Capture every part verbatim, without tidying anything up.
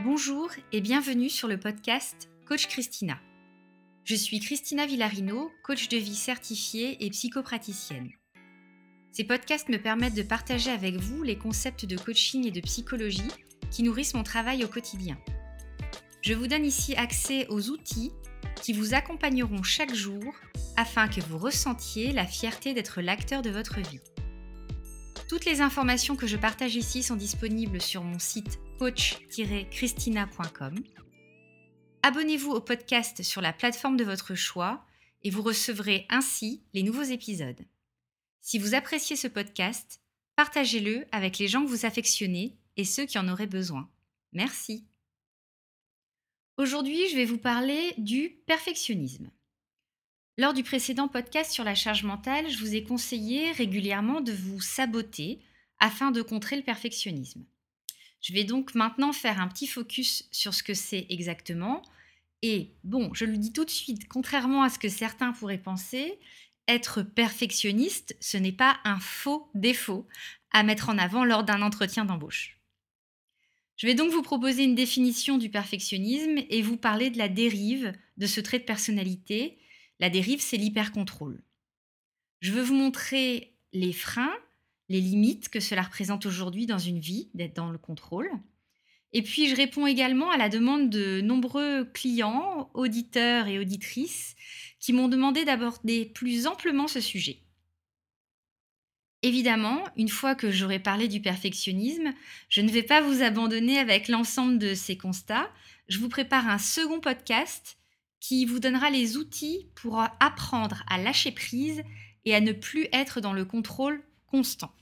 Bonjour et bienvenue sur le podcast Coach Christina. Je suis Christina Villarino, coach de vie certifiée et psychopraticienne. Ces podcasts me permettent de partager avec vous les concepts de coaching et de psychologie qui nourrissent mon travail au quotidien. Je vous donne ici accès aux outils qui vous accompagneront chaque jour afin que vous ressentiez la fierté d'être l'acteur de votre vie. Toutes les informations que je partage ici sont disponibles sur mon site coach tiret christina point com. Abonnez-vous au podcast sur la plateforme de votre choix et vous recevrez ainsi les nouveaux épisodes. Si vous appréciez ce podcast, partagez-le avec les gens que vous affectionnez et ceux qui en auraient besoin. Merci. Aujourd'hui, je vais vous parler du perfectionnisme. Lors du précédent podcast sur la charge mentale, je vous ai conseillé régulièrement de vous saboter afin de contrer le perfectionnisme. Je vais donc maintenant faire un petit focus sur ce que c'est exactement. Et bon, je le dis tout de suite, contrairement à ce que certains pourraient penser, être perfectionniste, ce n'est pas un faux défaut à mettre en avant lors d'un entretien d'embauche. Je vais donc vous proposer une définition du perfectionnisme et vous parler de la dérive de ce trait de personnalité. La dérive, c'est l'hypercontrôle. Je veux vous montrer les freins, les limites que cela représente aujourd'hui dans une vie, d'être dans le contrôle. Et puis, je réponds également à la demande de nombreux clients, auditeurs et auditrices qui m'ont demandé d'aborder plus amplement ce sujet. Évidemment, une fois que j'aurai parlé du perfectionnisme, je ne vais pas vous abandonner avec l'ensemble de ces constats. Je vous prépare un second podcast qui vous donnera les outils pour apprendre à lâcher prise et à ne plus être dans le contrôle constant.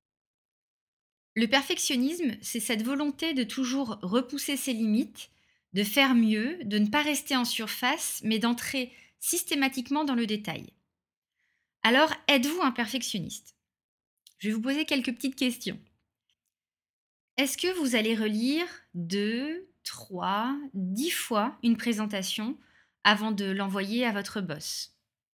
Le perfectionnisme, c'est cette volonté de toujours repousser ses limites, de faire mieux, de ne pas rester en surface, mais d'entrer systématiquement dans le détail. Alors, êtes-vous un perfectionniste ? Je vais vous poser quelques petites questions. Est-ce que vous allez relire deux, trois, dix fois une présentation avant de l'envoyer à votre boss ?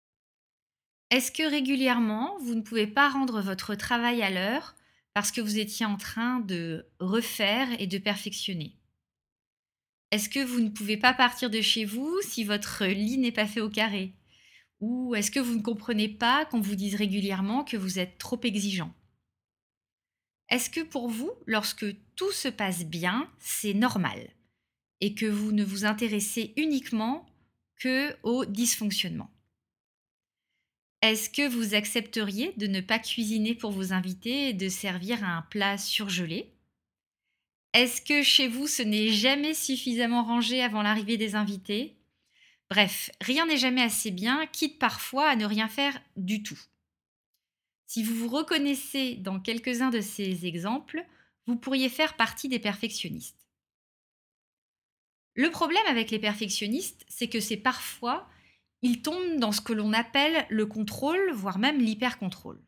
Est-ce que régulièrement, vous ne pouvez pas rendre votre travail à l'heure parce que vous étiez en train de refaire et de perfectionner ? Est-ce que vous ne pouvez pas partir de chez vous si votre lit n'est pas fait au carré ? Ou est-ce que vous ne comprenez pas qu'on vous dise régulièrement que vous êtes trop exigeant ? Est-ce que pour vous, lorsque tout se passe bien, c'est normal et que vous ne vous intéressez uniquement qu'au dysfonctionnement ? Est-ce que vous accepteriez de ne pas cuisiner pour vos invités et de servir un plat surgelé ? Est-ce que chez vous, ce n'est jamais suffisamment rangé avant l'arrivée des invités ? Bref, rien n'est jamais assez bien, quitte parfois à ne rien faire du tout. Si vous vous reconnaissez dans quelques-uns de ces exemples, vous pourriez faire partie des perfectionnistes. Le problème avec les perfectionnistes, c'est que c'est parfois, ils tombent dans ce que l'on appelle le contrôle, voire même l'hypercontrôle.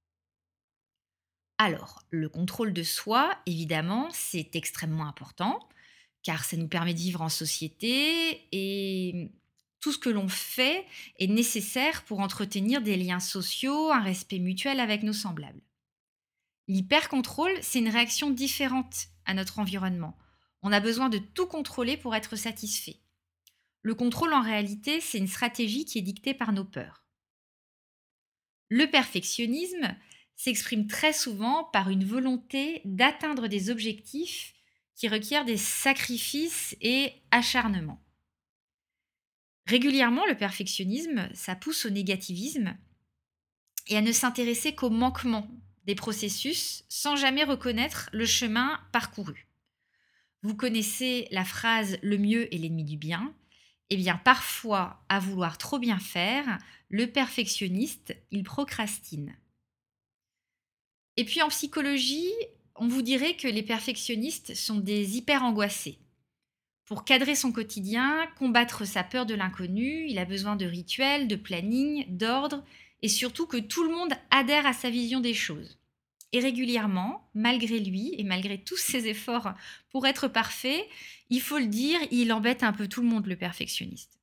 Alors, le contrôle de soi, évidemment, c'est extrêmement important, car ça nous permet de vivre en société et tout ce que l'on fait est nécessaire pour entretenir des liens sociaux, un respect mutuel avec nos semblables. L'hypercontrôle, c'est une réaction différente à notre environnement. On a besoin de tout contrôler pour être satisfait. Le contrôle, en réalité, c'est une stratégie qui est dictée par nos peurs. Le perfectionnisme s'exprime très souvent par une volonté d'atteindre des objectifs qui requièrent des sacrifices et acharnements. Régulièrement, le perfectionnisme, ça pousse au négativisme et à ne s'intéresser qu'aux manquements des processus sans jamais reconnaître le chemin parcouru. Vous connaissez la phrase « le mieux est l'ennemi du bien ». Eh bien, parfois, à vouloir trop bien faire, le perfectionniste, il procrastine. Et puis en psychologie, on vous dirait que les perfectionnistes sont des hyper-angoissés. Pour cadrer son quotidien, combattre sa peur de l'inconnu, il a besoin de rituels, de planning, d'ordre et surtout que tout le monde adhère à sa vision des choses. Et régulièrement, malgré lui et malgré tous ses efforts pour être parfait, il faut le dire, il embête un peu tout le monde, le perfectionniste.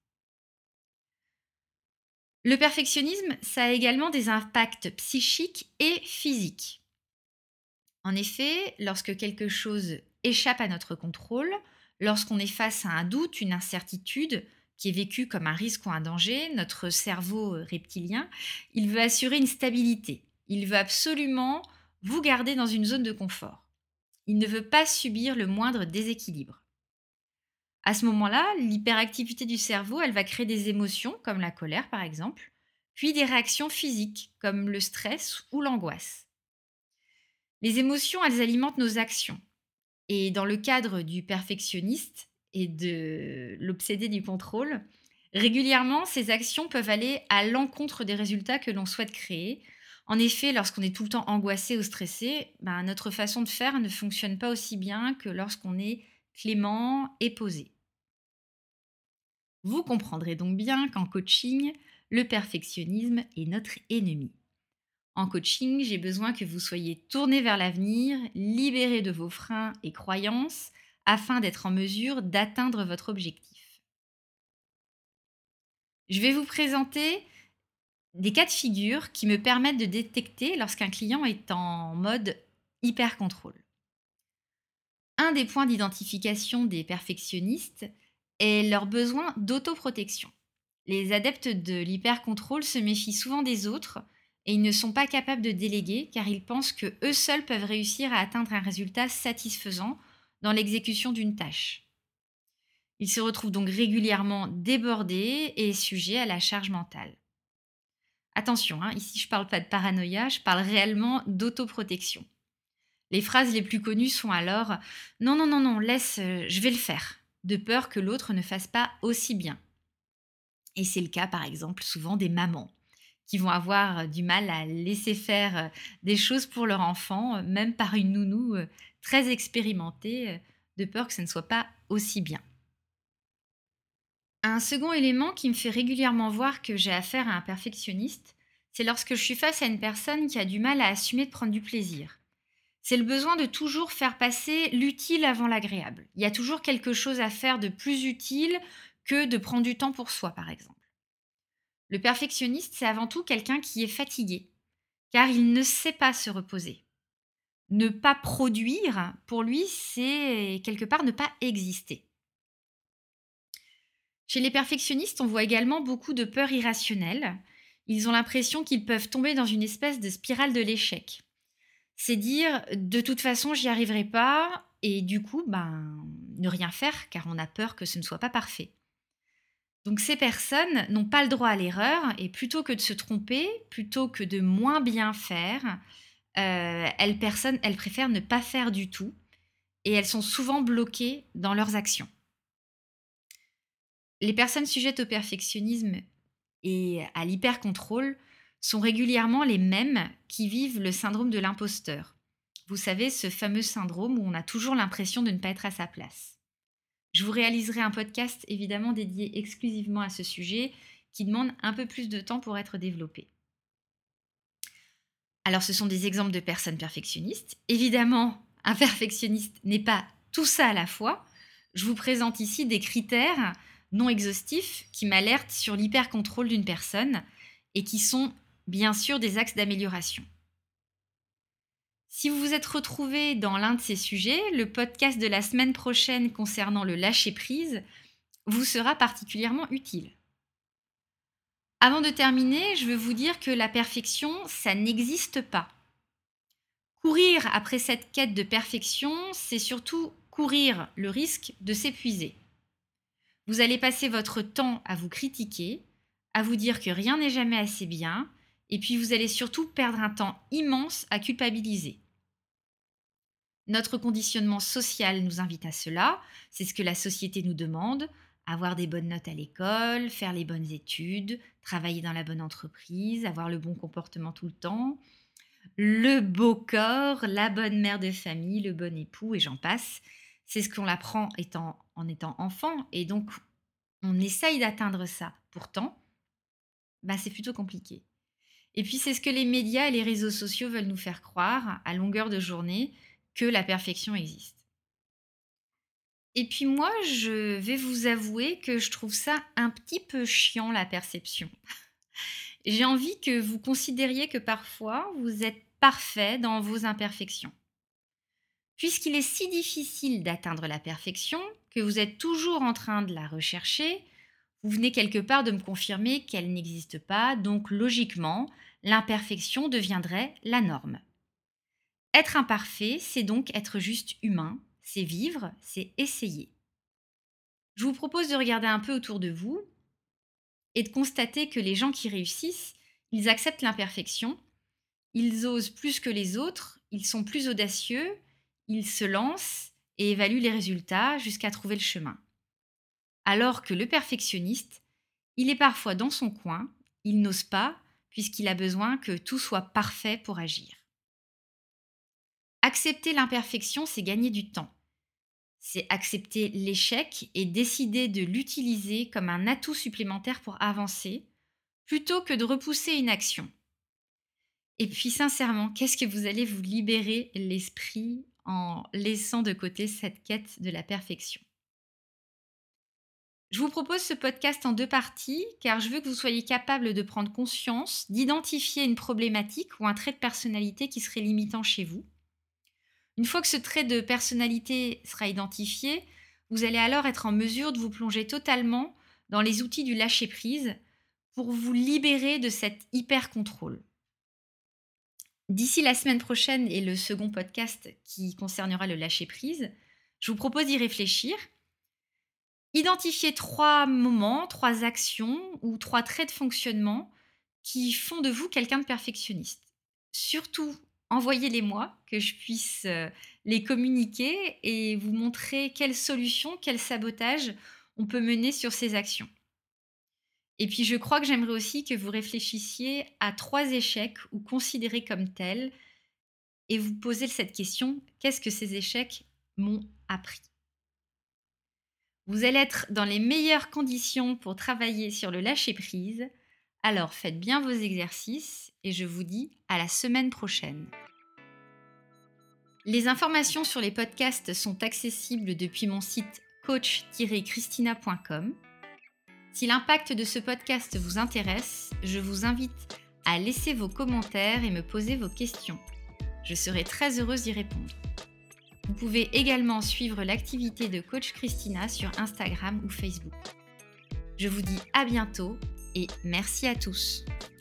Le perfectionnisme, ça a également des impacts psychiques et physiques. En effet, lorsque quelque chose échappe à notre contrôle, lorsqu'on est face à un doute, une incertitude qui est vécue comme un risque ou un danger, notre cerveau euh, reptilien, il veut assurer une stabilité. Il veut absolument vous garder dans une zone de confort. Il ne veut pas subir le moindre déséquilibre. À ce moment-là, l'hyperactivité du cerveau, elle va créer des émotions, comme la colère par exemple, puis des réactions physiques, comme le stress ou l'angoisse. Les émotions, elles alimentent nos actions. Et dans le cadre du perfectionniste et de l'obsédé du contrôle, régulièrement, ces actions peuvent aller à l'encontre des résultats que l'on souhaite créer. En effet, lorsqu'on est tout le temps angoissé ou stressé, ben, notre façon de faire ne fonctionne pas aussi bien que lorsqu'on est clément et posé. Vous comprendrez donc bien qu'en coaching, le perfectionnisme est notre ennemi. En coaching, j'ai besoin que vous soyez tourné vers l'avenir, libéré de vos freins et croyances, afin d'être en mesure d'atteindre votre objectif. Je vais vous présenter des cas de figure qui me permettent de détecter lorsqu'un client est en mode hyper contrôle. Un des points d'identification des perfectionnistes est leur besoin d'autoprotection. Les adeptes de l'hypercontrôle se méfient souvent des autres et ils ne sont pas capables de déléguer car ils pensent que eux seuls peuvent réussir à atteindre un résultat satisfaisant dans l'exécution d'une tâche. Ils se retrouvent donc régulièrement débordés et sujets à la charge mentale. Attention, hein, ici je ne parle pas de paranoïa, je parle réellement d'autoprotection. Les phrases les plus connues sont alors: non, non, non, non, laisse, euh, je vais le faire, de peur que l'autre ne fasse pas aussi bien. Et c'est le cas, par exemple, souvent des mamans qui vont avoir euh, du mal à laisser faire euh, des choses pour leur enfant, euh, même par une nounou euh, très expérimentée, euh, de peur que ce ne soit pas aussi bien. Un second élément qui me fait régulièrement voir que j'ai affaire à un perfectionniste, c'est lorsque je suis face à une personne qui a du mal à assumer de prendre du plaisir. C'est le besoin de toujours faire passer l'utile avant l'agréable. Il y a toujours quelque chose à faire de plus utile que de prendre du temps pour soi, par exemple. Le perfectionniste, c'est avant tout quelqu'un qui est fatigué, car il ne sait pas se reposer. Ne pas produire, pour lui, c'est quelque part ne pas exister. Chez les perfectionnistes, on voit également beaucoup de peurs irrationnelles. Ils ont l'impression qu'ils peuvent tomber dans une espèce de spirale de l'échec. C'est dire: «De toute façon, j'y arriverai pas» et du coup, ben, ne rien faire car on a peur que ce ne soit pas parfait. Donc ces personnes n'ont pas le droit à l'erreur et plutôt que de se tromper, plutôt que de moins bien faire, heu, elles personnes elles préfèrent ne pas faire du tout et elles sont souvent bloquées dans leurs actions. Les personnes sujettes au perfectionnisme et à l'hypercontrôle sont régulièrement les mêmes qui vivent le syndrome de l'imposteur. Vous savez, ce fameux syndrome où on a toujours l'impression de ne pas être à sa place. Je vous réaliserai un podcast évidemment dédié exclusivement à ce sujet qui demande un peu plus de temps pour être développé. Alors ce sont des exemples de personnes perfectionnistes. Évidemment, un perfectionniste n'est pas tout ça à la fois. Je vous présente ici des critères non exhaustifs qui m'alertent sur l'hypercontrôle d'une personne et qui sont bien sûr des axes d'amélioration. Si vous vous êtes retrouvé dans l'un de ces sujets, le podcast de la semaine prochaine concernant le lâcher-prise vous sera particulièrement utile. Avant de terminer, je veux vous dire que la perfection, ça n'existe pas. Courir après cette quête de perfection, c'est surtout courir le risque de s'épuiser. Vous allez passer votre temps à vous critiquer, à vous dire que rien n'est jamais assez bien, et puis vous allez surtout perdre un temps immense à culpabiliser. Notre conditionnement social nous invite à cela, c'est ce que la société nous demande: avoir des bonnes notes à l'école, faire les bonnes études, travailler dans la bonne entreprise, avoir le bon comportement tout le temps, le beau corps, la bonne mère de famille, le bon époux et j'en passe. C'est ce qu'on apprend étant, en étant enfant et donc on essaye d'atteindre ça. Pourtant, bah, c'est plutôt compliqué. Et puis c'est ce que les médias et les réseaux sociaux veulent nous faire croire à longueur de journée, que la perfection existe. Et puis moi, je vais vous avouer que je trouve ça un petit peu chiant, la perception. J'ai envie que vous considériez que parfois, vous êtes parfait dans vos imperfections. Puisqu'il est si difficile d'atteindre la perfection, que vous êtes toujours en train de la rechercher, vous venez quelque part de me confirmer qu'elle n'existe pas, donc logiquement, l'imperfection deviendrait la norme. Être imparfait, c'est donc être juste humain, c'est vivre, c'est essayer. Je vous propose de regarder un peu autour de vous et de constater que les gens qui réussissent, ils acceptent l'imperfection, ils osent plus que les autres, ils sont plus audacieux, ils se lancent et évaluent les résultats jusqu'à trouver le chemin. Alors que le perfectionniste, il est parfois dans son coin, il n'ose pas puisqu'il a besoin que tout soit parfait pour agir. Accepter l'imperfection, c'est gagner du temps. C'est accepter l'échec et décider de l'utiliser comme un atout supplémentaire pour avancer, plutôt que de repousser une action. Et puis sincèrement, qu'est-ce que vous allez vous libérer l'esprit en laissant de côté cette quête de la perfection? Je vous propose ce podcast en deux parties car je veux que vous soyez capable de prendre conscience, d'identifier une problématique ou un trait de personnalité qui serait limitant chez vous. Une fois que ce trait de personnalité sera identifié, vous allez alors être en mesure de vous plonger totalement dans les outils du lâcher-prise pour vous libérer de cet hyper-contrôle. D'ici la semaine prochaine et le second podcast qui concernera le lâcher-prise, je vous propose d'y réfléchir. Identifiez trois moments, trois actions ou trois traits de fonctionnement qui font de vous quelqu'un de perfectionniste. Surtout, envoyez-les-moi, que je puisse euh, les communiquer et vous montrer quelles solutions, quels sabotages on peut mener sur ces actions. Et puis, je crois que j'aimerais aussi que vous réfléchissiez à trois échecs ou considérés comme tels et vous posez cette question, qu'est-ce que ces échecs m'ont appris? Vous allez être dans les meilleures conditions pour travailler sur le lâcher-prise. Alors faites bien vos exercices et je vous dis à la semaine prochaine. Les informations sur les podcasts sont accessibles depuis mon site coach tiret christina point com. Si l'impact de ce podcast vous intéresse, je vous invite à laisser vos commentaires et me poser vos questions. Je serai très heureuse d'y répondre. Vous pouvez également suivre l'activité de Coach Christina sur Instagram ou Facebook. Je vous dis à bientôt et merci à tous.